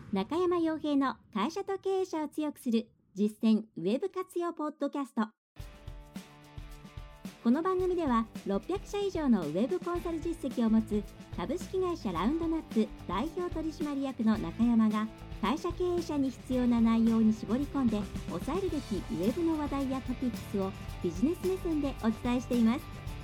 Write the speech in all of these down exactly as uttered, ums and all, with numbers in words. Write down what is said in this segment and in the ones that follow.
中山洋平の会社と経営者を強くする実践ウェブ活用ポッドキャスト。この番組ではろっぴゃくしゃ以上のウェブコンサル実績を持つ株式会社ラウンドナップ代表取締役の中山が会社経営者に必要な内容に絞り込んで抑えるべきウェブの話題やトピックスをビジネス目線でお伝えしています。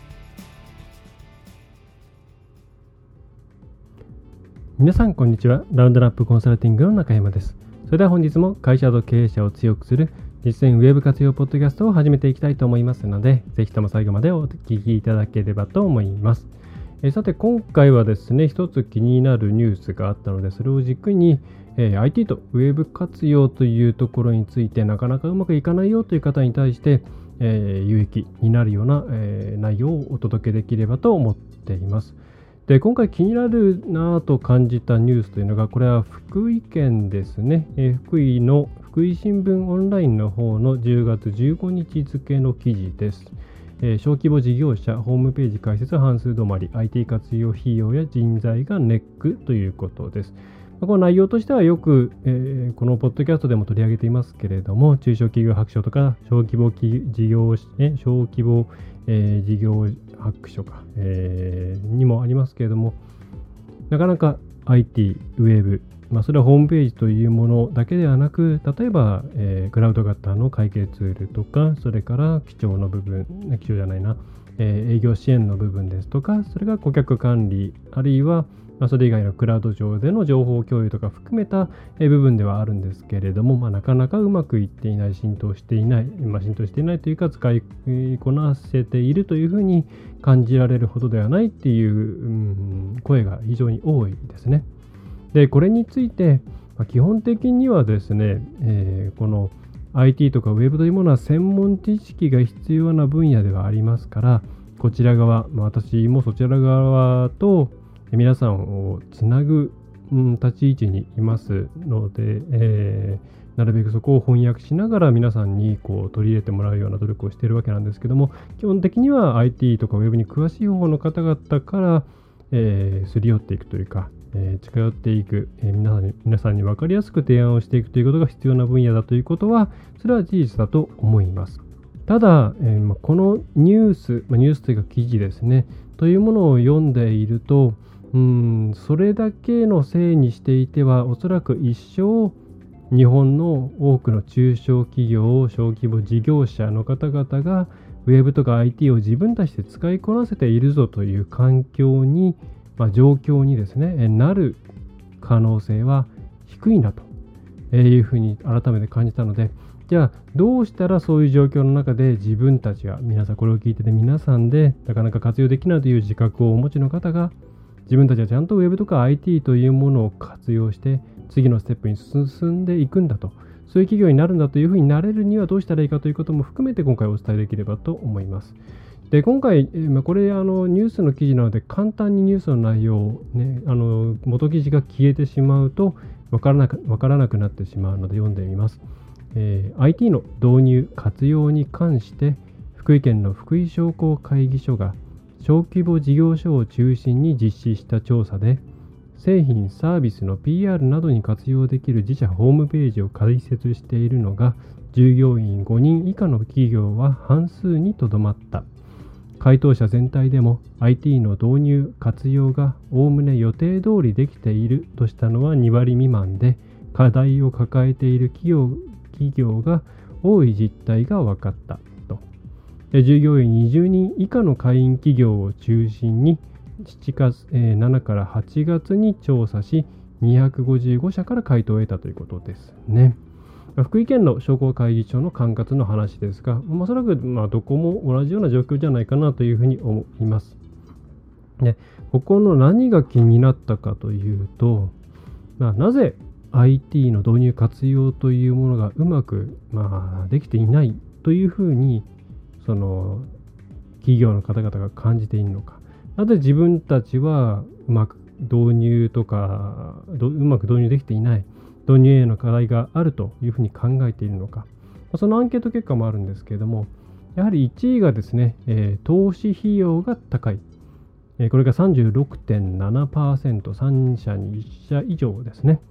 皆さんこんにちは。ラウンドナップコンサルティングの中山です。それでは本日も会社と経営者を強くする実践ウェブ活用ポッドキャストを始めていきたいと思いますので、ぜひとも最後までお聞きいただければと思います。えー、さて今回はですね、一つ気になるニュースがあったので、それを軸に、えー、アイティー とウェブ活用というところについてなかなかうまくいかないよという方に対して、えー、有益になるような、えー、内容をお届けできればと思っています。で今回気になるなぁと感じたニュースというのが、これは福井県ですね、えー、福井の福井新聞オンラインの方のじゅうがつじゅうごにち付の記事です。えー、小規模事業者ホームページ開設半数止まり、 アイティー 活用費用や人材がネックということです。この内容としてはよく、えー、このポッドキャストでも取り上げていますけれども、中小企業白書とか小規模事業、え小規模、えー、事業白書か、えー、にもありますけれども、なかなか アイティー、ウェブ、まあ、それはホームページというものだけではなく、例えば、えー、クラウド型の会計ツールとか、それから基調の部分、基調じゃないな、えー、営業支援の部分ですとか、それが顧客管理、あるいはまあ、それ以外のクラウド上での情報共有とか含めた部分ではあるんですけれども、まあ、なかなかうまくいっていない、浸透していない、まあ、浸透していないというか、使いこなせているというふうに感じられるほどではないっていう、うん、声が非常に多いですね。で、これについて、まあ、基本的にはですね、えー、この アイティー とかウェブというものは専門知識が必要な分野ではありますから、こちら側、まあ、私もそちら側と皆さんをつなぐ、うん、立ち位置にいますので、えー、なるべくそこを翻訳しながら皆さんにこう取り入れてもらうような努力をしているわけなんですけども、基本的には アイティー とか Web に詳しい方の方々から、えー、すり寄っていくというか、えー、近寄っていく、えー、皆さんに、皆さんに分かりやすく提案をしていくということが必要な分野だということは、それは事実だと思います。ただ、えーまあ、このニュース、まあ、ニュースというか記事ですね、というものを読んでいると、うん、それだけのせいにしていては、おそらく一生日本の多くの中小企業、小規模事業者の方々がウェブとか アイティー を自分たちで使いこなせているぞという環境に、まあ、状況にですね、なる可能性は低いんだというふうに改めて感じたので、じゃあどうしたらそういう状況の中で自分たちが、皆さんこれを聞いてて皆さんでなかなか活用できないという自覚をお持ちの方が、自分たちはちゃんと Web とか アイティー というものを活用して次のステップに進んでいくんだと、そういう企業になるんだというふうになれるにはどうしたらいいかということも含めて今回お伝えできればと思います。で、今回、えー、これあのニュースの記事なので簡単にニュースの内容を、ね、あの元記事が消えてしまうと分からなく、分からなくなってしまうので読んでみます。えー、アイティー の導入活用に関して福井県の福井商工会議所が小規模事業所を中心に実施した調査で、製品サービスの ピーアール などに活用できる自社ホームページを開設しているのが従業員ごにん以下の企業は半数にとどまった。回答者全体でも アイティー の導入活用がおおむね予定通りできているとしたのはにわり未満で、課題を抱えている企業、企業が多い実態が分かったと。従業員にじゅうにん以下の会員企業を中心にしちがつ、えー、しちからはちがつに調査し、にひゃくごじゅうごしゃから回答を得たということですね。福井県の商工会議所の管轄の話ですが、おそらくまあどこも同じような状況じゃないかなというふうに思います。で、ここの何が気になったかというと、まあ、なぜ アイティー の導入活用というものがうまく、まあ、できていないというふうにその企業の方々が感じているのか。なぜ自分たちはうまく導入とかうまく導入できていない、導入への課題があるというふうに考えているのか。そのアンケート結果もあるんですけれども、やはりいちいがですね、えー、投資費用が高い。えー、これが さんじゅうろくてんななパーセント、さん社にいっ社以上ですね。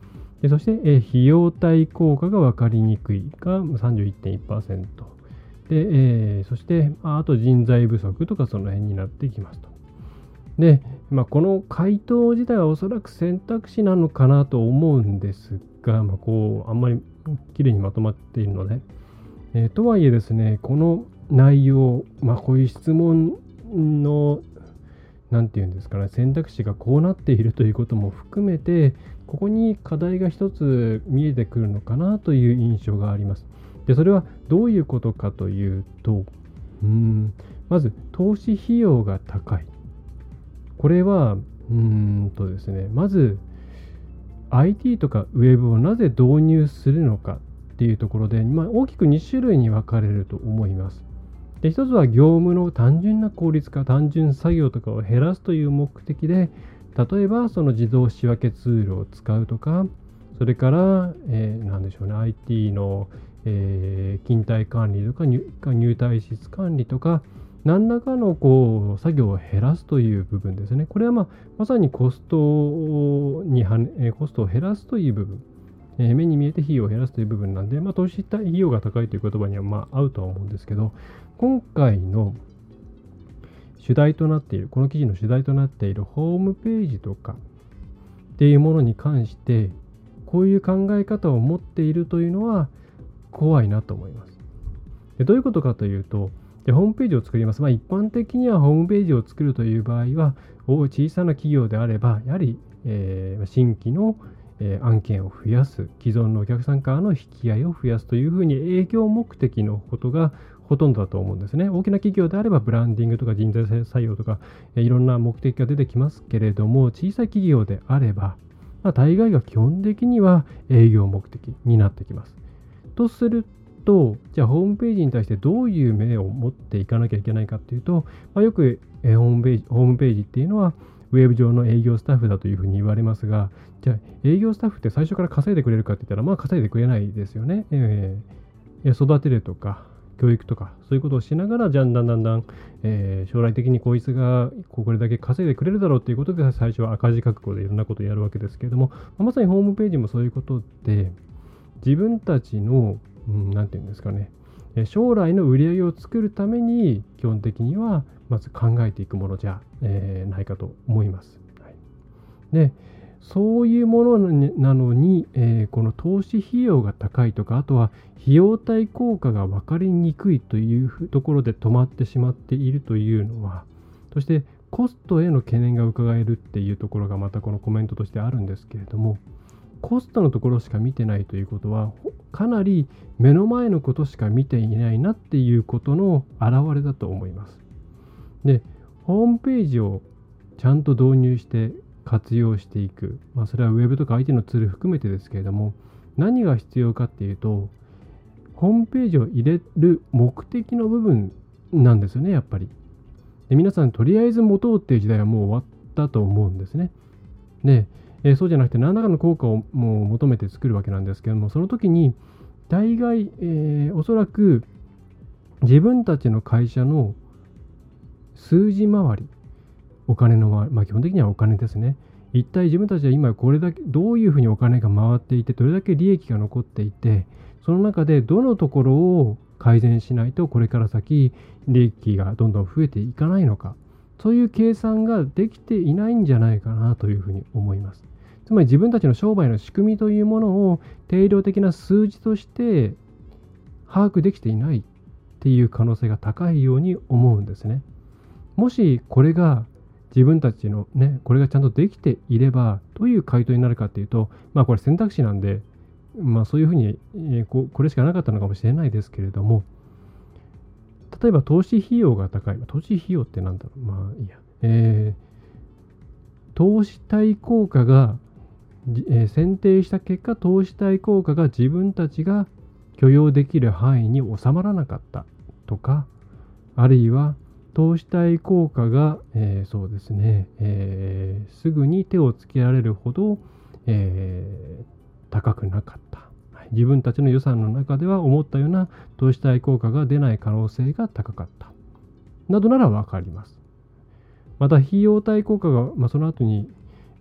でそして、えー、費用対効果が分かりにくいが さんじゅういってんいちパーセント。で、えー、そして、あと人材不足とかその辺になってきますと。で、まあ、この回答自体はおそらく選択肢なのかなと思うんですが、まあ、こうあんまりきれいにまとまっているので、えー、とはいえですね、この内容、まあ、こういう質問のなんていうんですかね、選択肢がこうなっているということも含めて、ここに課題が一つ見えてくるのかなという印象があります。で、それはどういうことかというと、うーんまず投資費用が高い。これはうーんとですね、まず アイティー とかウェブをなぜ導入するのかっていうところで、まあ、大きくに種類に分かれると思います。で、一つは業務の単純な効率化、単純作業とかを減らすという目的で、例えばその自動仕分けツールを使うとか、それから、えー、なんでしょうね、アイティー の、えー、勤怠管理とか入、入退室管理とか、何らかのこう作業を減らすという部分ですね。これは、まあ、まさにコストにはね、コストを減らすという部分。えー、目に見えて費用を減らすという部分なんで、まあ、投資費用が高いという言葉にはまあ合うとは思うんですけど、今回の主題となっている、この記事の主題となっているホームページとかっていうものに関して、こういう考え方を持っているというのは怖いなと思います。で、どういうことかというと、でホームページを作ります。まあ、一般的にはホームページを作るという場合は、小さな企業であれば、やはり、えー、新規のえー、案件を増やす、既存のお客さんからの引き合いを増やすというふうに営業目的のことがほとんどだと思うんですね。大きな企業であればブランディングとか人材採用とか、えー、いろんな目的が出てきますけれども、小さい企業であれば、まあ、大概が基本的には営業目的になってきます。とすると、じゃあホームページに対してどういう目を持っていかなきゃいけないかというと、まあ、よく、えー、ホームページ、ホームページっていうのはウェブ上の営業スタッフだというふうに言われますが、じゃあ営業スタッフって最初から稼いでくれるかって言ったら、まあ稼いでくれないですよね。えー、育てるとか、教育とか、そういうことをしながら、じゃんだんだんだん、えー、将来的にこいつがこれだけ稼いでくれるだろうということで、最初は赤字覚悟でいろんなことをやるわけですけれども、まさにホームページもそういうことで、自分たちの、うん、なんていうんですかね、将来の売り上げを作るために、基本的にはまず考えていくものじゃ、えー、ないかと思います。はい、で、そういうものなのに、えー、この投資費用が高いとか、あとは費用対効果が分かりにくいというところで止まってしまっているというのは、そしてコストへの懸念が伺えるっていうところがまたこのコメントとしてあるんですけれども、コストのところしか見てないということは、かなり目の前のことしか見ていないなっていうことの表れだと思います。で、ホームページをちゃんと導入して活用していく、まあ、それはウェブとか アイティー のツール含めてですけれども、何が必要かっていうと、ホームページを入れる目的の部分なんですよね、やっぱり。で、皆さんとりあえず持とうっていう時代はもう終わったと思うんですね。で、えー、そうじゃなくて何らかの効果をもう求めて作るわけなんですけども、その時に大概、えー、おそらく自分たちの会社の数字回り、お金の回り、まあ基本的にはお金ですね。一体自分たちは今これだけどういうふうにお金が回っていて、どれだけ利益が残っていて、その中でどのところを改善しないとこれから先利益がどんどん増えていかないのか、そういう計算ができていないんじゃないかなというふうに思います。つまり自分たちの商売の仕組みというものを定量的な数字として把握できていないっていう可能性が高いように思うんですね。もしこれが自分たちのね、これがちゃんとできていれば、どういう回答になるかっていうと、まあこれ選択肢なんで、まあそういうふうに、えー、こ, これしかなかったのかもしれないですけれども、例えば投資費用が高い。投資費用ってなんだろう。まあいいや。えー、投資対効果が、えー、選定した結果、投資対効果が自分たちが許容できる範囲に収まらなかったとか、あるいは投資対効果が、えー、そうですね、えー、すぐに手をつけられるほど、えー、高くなかった。自分たちの予算の中では思ったような投資対効果が出ない可能性が高かった。などならわかります。また、費用対効果が、まあ、その後に、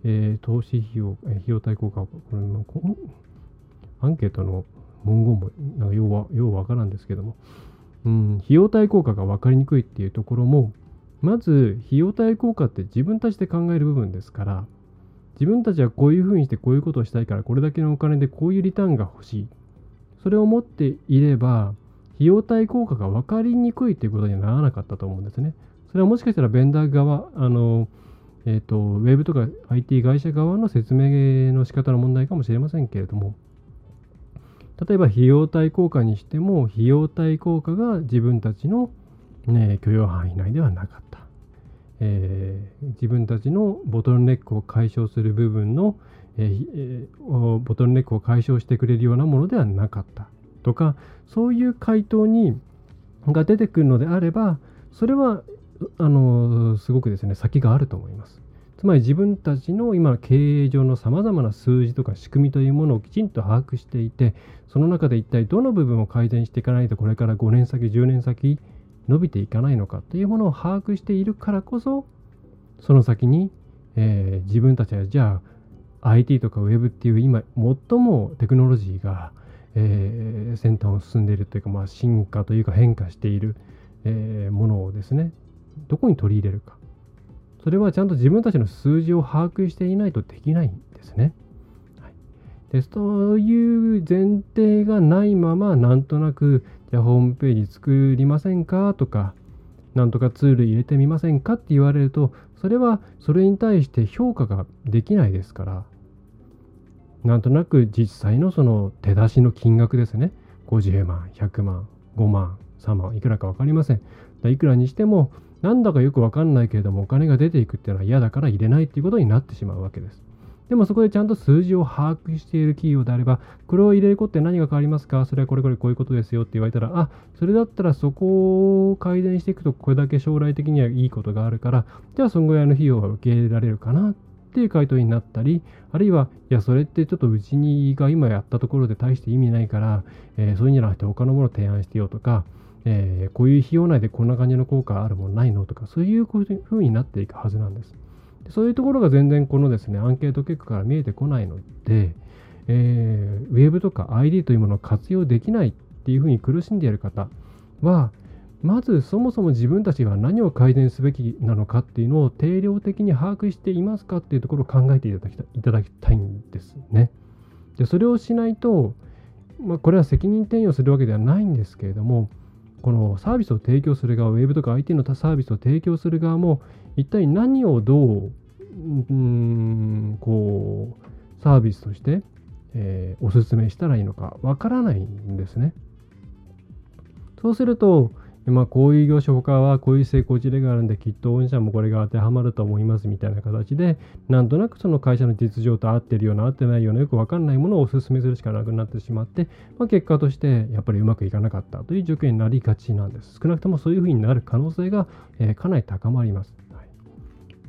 えー、投資費用、えー、費用対効果、これ、まあ、こアンケートの文言もなんかようは、ようわからんですけども、うん、費用対効果が分かりにくいっていうところも、まず費用対効果って自分たちで考える部分ですから、自分たちはこういうふうにしてこういうことをしたいから、これだけのお金でこういうリターンが欲しい。それを持っていれば、費用対効果が分かりにくいということにはならなかったと思うんですね。それはもしかしたらベンダー側、あの、えっと、ウェブとか アイティー 会社側の説明の仕方の問題かもしれませんけれども、例えば費用対効果にしても、費用対効果が自分たちの、ね、許容範囲内ではなかった。えー、自分たちのボトルネックを解消する部分の、えーえー、ボトルネックを解消してくれるようなものではなかったとか、そういう回答にが出てくるのであれば、それはあのすごくですね、先があると思います。つまり自分たちの今経営上のさまざまな数字とか仕組みというものをきちんと把握していて、その中で一体どの部分を改善していかないとこれからごねん先じゅうねん先伸びていかないのかというものを把握しているからこそ、その先に、えー、自分たちはじゃあ アイティー とか Web っていう今最もテクノロジーが、えー、先端を進んでいるというか、まあ、進化というか変化している、えー、ものをですね、どこに取り入れるか。それはちゃんと自分たちの数字を把握していないとできないんですね。はい、でそういう前提がないまま、なんとなくじゃあホームページ作りませんかとか、なんとかツール入れてみませんかって言われると、それはそれに対して評価ができないですから、なんとなく実際のその手出しの金額ですね、ごじゅうまん、ひゃくまん、ごまん、さんまん、いくらか分かりません。いくらにしても、なんだかよく分かんないけれども、お金が出ていくっていうのは嫌だから入れないっていうことになってしまうわけです。でもそこでちゃんと数字を把握している企業であれば、これを入れることって何が変わりますか？それはこれこれこういうことですよって言われたら、あ、それだったらそこを改善していくとこれだけ将来的にはいいことがあるから、じゃあそのぐらいの費用は受け入れられるかなっていう回答になったり、あるいは、いや、それってちょっとうちにが今やったところで大して意味ないから、えー、そういうんじゃなくて他のものを提案してよとか、えー、こういう費用内でこんな感じの効果あるものないのとか、そういうふうになっていくはずなんです。そういうところが全然このですね、アンケート結果から見えてこないので、えー、ウェブとか アイディー というものを活用できないっていうふうに苦しんでいる方は、まずそもそも自分たちが何を改善すべきなのかっていうのを定量的に把握していますかっていうところを考えていただきたい、いただきたいんですね。で、それをしないと、まあ、これは責任転用するわけではないんですけれども、このサービスを提供する側、ウェブとか アイティー のサービスを提供する側も、一体何をどう、うーん、こう、サービスとして、えー、お勧めしたらいいのかわからないんですね。そうすると、まあ、こういう業種他はこういう成功事例があるんで、きっと御社もこれが当てはまると思いますみたいな形で、なんとなくその会社の実情と合ってるような合ってないようなよく分かんないものをお勧めするしかなくなってしまって、まあ、結果としてやっぱりうまくいかなかったという状況になりがちなんです。少なくともそういうふうになる可能性が、えー、かなり高まります。はい、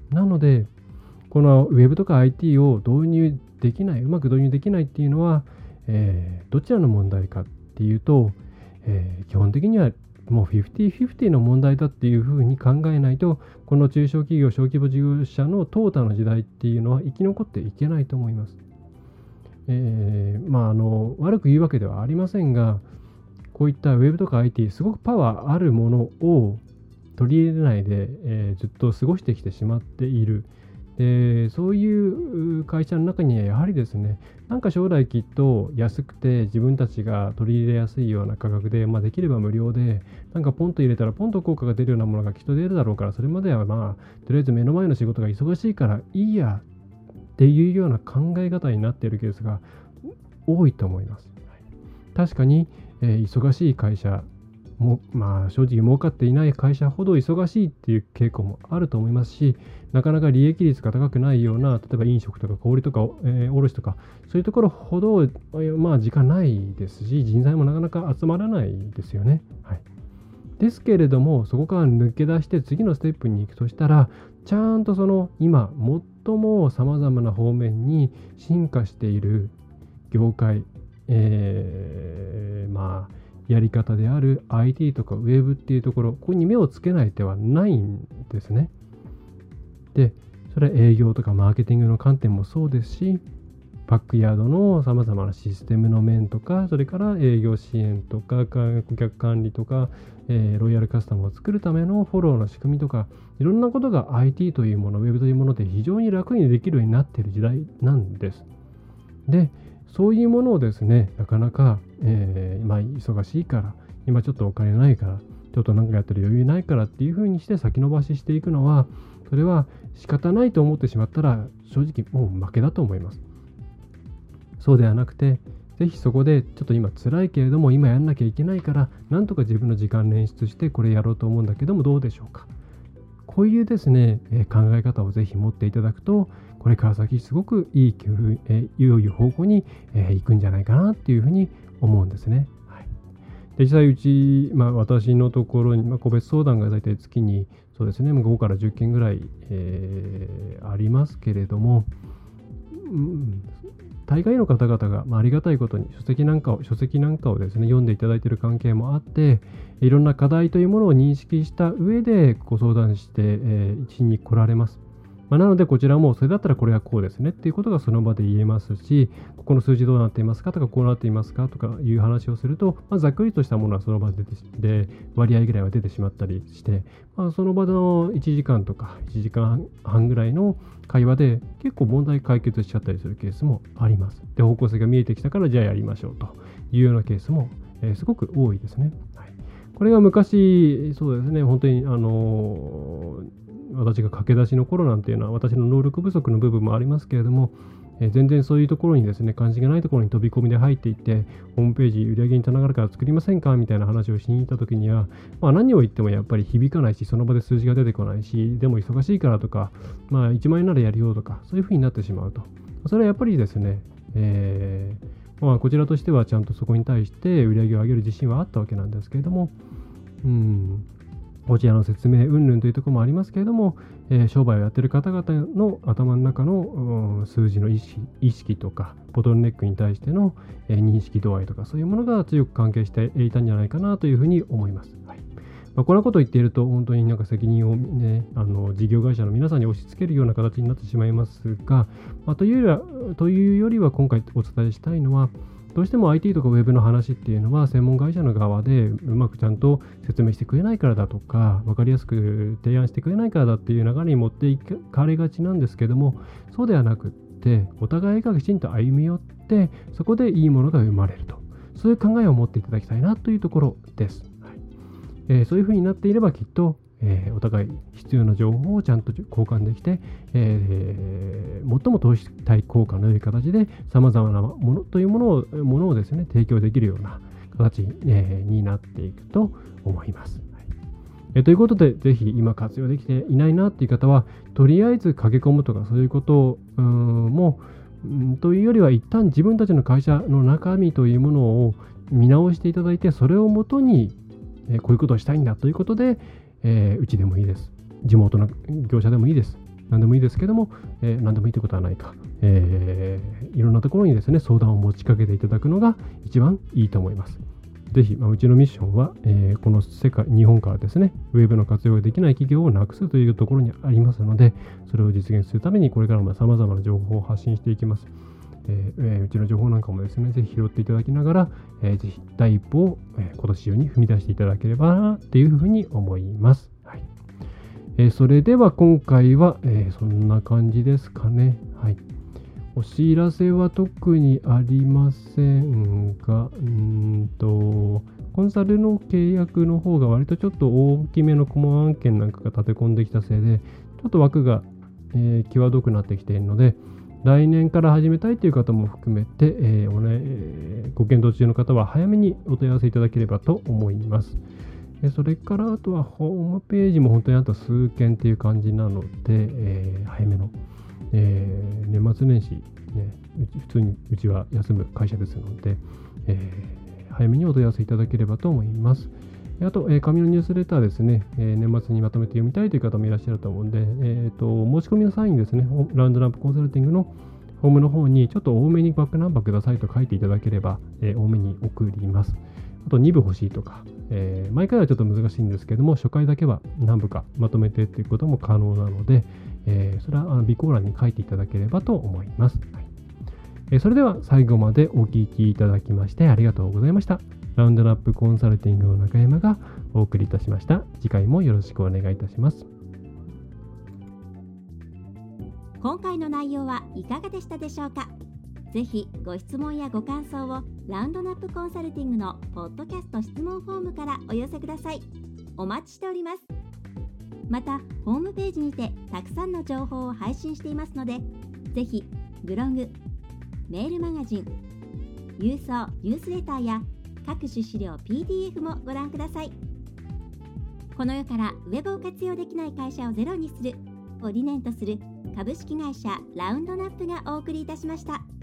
なので、この Web とか アイティー を導入できない、うまく導入できないっていうのは、えー、どちらの問題かっていうと、えー、基本的にはもうフィフティーフィフティーの問題だっていうふうに考えないと、この中小企業、小規模事業者の淘汰の時代っていうのは生き残っていけないと思います。えー、まあ、あの、悪く言うわけではありませんが、こういった Web とか アイティー、すごくパワーあるものを取り入れないで、えー、ずっと過ごしてきてしまっている。で、そういう会社の中にはやはりですね、なんか将来きっと安くて自分たちが取り入れやすいような価格で、まあ、できれば無料で、なんかポンと入れたらポンと効果が出るようなものがきっと出るだろうから、それまではまあ、とりあえず目の前の仕事が忙しいからいいやっていうような考え方になっているケースが多いと思います。確かに、えー、忙しい会社も、まあ、正直儲かっていない会社ほど忙しいっていう傾向もあると思いますし、なかなか利益率が高くないような、例えば飲食とか小売とか、えー、卸とか、そういうところほど、まあ、時間ないですし、人材もなかなか集まらないですよね。はい、ですけれども、そこから抜け出して次のステップに行くとしたら、ちゃんとその今、最もさまざまな方面に進化している業界、えー、まあ、やり方である アイティー とか Web っていうところ、ここに目をつけない手はないんですね。で、 それは営業とかマーケティングの観点もそうですし、バックヤードのさまざまなシステムの面とか、それから営業支援とか顧客管理とか、えー、ロイヤルカスタマーを作るためのフォローの仕組みとか、いろんなことが アイティー というもの、ウェブというもので非常に楽にできるようになっている時代なんです。で、そういうものをですね、なかなか、えー、まあ忙しいから、今ちょっとお金ないから、ちょっとなんかやってる余裕ないからっていうふうにして先延ばししていくのは、それは仕方ないと思ってしまったら、正直もう負けだと思います。そうではなくて、ぜひそこでちょっと今辛いけれども今やんなきゃいけないから、なんとか自分の時間捻出してこれやろうと思うんだけどもどうでしょうか。こういうですね、えー、考え方をぜひ持っていただくと、これから先すごくいい工夫、えー、良い方向に、えー、行くんじゃないかなっていうふうに思うんですね。はい、で実際うち、まあ、私のところに、まあ、個別相談が大体月にそうですねごからじゅっけんぐらい、えー、ありますけれども、うん大概の方々が、まあ、ありがたいことに書籍なんかを書籍なんかをですね読んでいただいている関係もあって、いろんな課題というものを認識した上でご相談して、えー、一緒に来られます。まあ、なのでこちらもそれだったらこれはこうですねっていうことがその場で言えますし、ここの数字どうなっていますかとかこうなっていますかとかいう話をすると、まあ、ざっくりとしたものはその場で出てで割合ぐらいは出てしまったりして、まあ、その場のいちじかんとかいちじかんはんぐらいの会話で結構問題解決しちゃったりするケースもあります。で、方向性が見えてきたからじゃあやりましょうというようなケースも、えー、すごく多いですね。はい、これが昔そうですね本当にあのー私が駆け出しの頃なんていうのは私の能力不足の部分もありますけれども、えー、全然そういうところにですね関心がないところに飛び込みで入っていってホームページ売上につながるから作りませんかみたいな話をしに行った時には、まあ、何を言ってもやっぱり響かないしその場で数字が出てこないし、でも忙しいからとか、まあ、いちまんえんならやるよとかそういうふうになってしまうと、それはやっぱりですね、えーまあ、こちらとしてはちゃんとそこに対して売上を上げる自信はあったわけなんですけれども、うんこちらの説明云々というところもありますけれども、えー、商売をやっている方々の頭の中の、うん、数字の意識、意識とかボトルネックに対しての、えー、認識度合いとかそういうものが強く関係していたんじゃないかなというふうに思います。はいまあ、こんなことを言っていると本当になんか責任を、ね、あの事業会社の皆さんに押し付けるような形になってしまいますが、まあ、というよりは、というよりは今回お伝えしたいのは、どうしても アイティー とか Web の話っていうのは専門会社の側でうまくちゃんと説明してくれないからだとか分かりやすく提案してくれないからだっていう流れに持っていかれがちなんですけども、そうではなくってお互いがきちんと歩み寄ってそこでいいものが生まれると、そういう考えを持っていただきたいなというところです。はいえー、そういうふうになっていればきっとえー、お互い必要な情報をちゃんと交換できて、えー、最も投資対効果の良い形で様々なものというものをものをですね提供できるような形、えー、になっていくと思います。はいえー、ということで、ぜひ今活用できていないなっていう方は、とりあえず駆け込むとかそういうことをもうというよりは一旦自分たちの会社の中身というものを見直していただいて、それをもとに、えー、こういうことをしたいんだということでえー、うちでもいいです。地元の業者でもいいです。何でもいいですけども、えー、何でもいいということはないか、えー。いろんなところにですね、相談を持ちかけていただくのが一番いいと思います。ぜひ、まあ、うちのミッションは、えー、この世界、日本からですね、ウェブの活用ができない企業をなくすというところにありますので、それを実現するためにこれからも様々な情報を発信していきます。えーえー、うちの情報なんかもですね、ぜひ拾っていただきながら、えー、ぜひ第一歩を、えー、今年中に踏み出していただければなっていうふうに思います。はいえー、それでは今回は、えー、そんな感じですかね。はい。お知らせは特にありませんが、うんと、コンサルの契約の方が割とちょっと大きめの顧問案件なんかが立て込んできたせいで、ちょっと枠が、えー、際どくなってきているので、来年から始めたいという方も含めて、えーおねえー、ご検討中の方は早めにお問い合わせいただければと思います。えー、それからあとはホームページも本当にあと数件っていう感じなので、えー、早めの、えー、年末年始、ね、うち普通にうちは休む会社ですので、えー、早めにお問い合わせいただければと思います。あと、えー、紙のニュースレターですね、えー、年末にまとめて読みたいという方もいらっしゃると思うんで、えー、と申し込みの際にですね、ラウンドランプコンサルティングのホームの方にちょっと多めにバックナンバーくださいと書いていただければ、えー、多めに送ります。あとに部欲しいとか、えー、毎回はちょっと難しいんですけども、初回だけは何部かまとめてということも可能なので、 えー、それはあの備考欄に書いていただければと思います。はい、えー、それでは最後までお聞きいただきましてありがとうございました。ラウンドナップコンサルティングの中山がお送りいたしました。次回もよろしくお願いいたします。 今回の内容はいかがでしたでしょうか。ぜひご質問やご感想をラウンドナップコンサルティングのポッドキャスト質問フォームからお寄せください。お待ちしております。またホームページにてたくさんの情報を配信していますので、ぜひブログ、メールマガジン、郵送ニュースレターや各種資料 ピーディーエフ もご覧ください。この世からウェブを活用できない会社をゼロにするを理念とする株式会社ラウンドナップがお送りいたしました。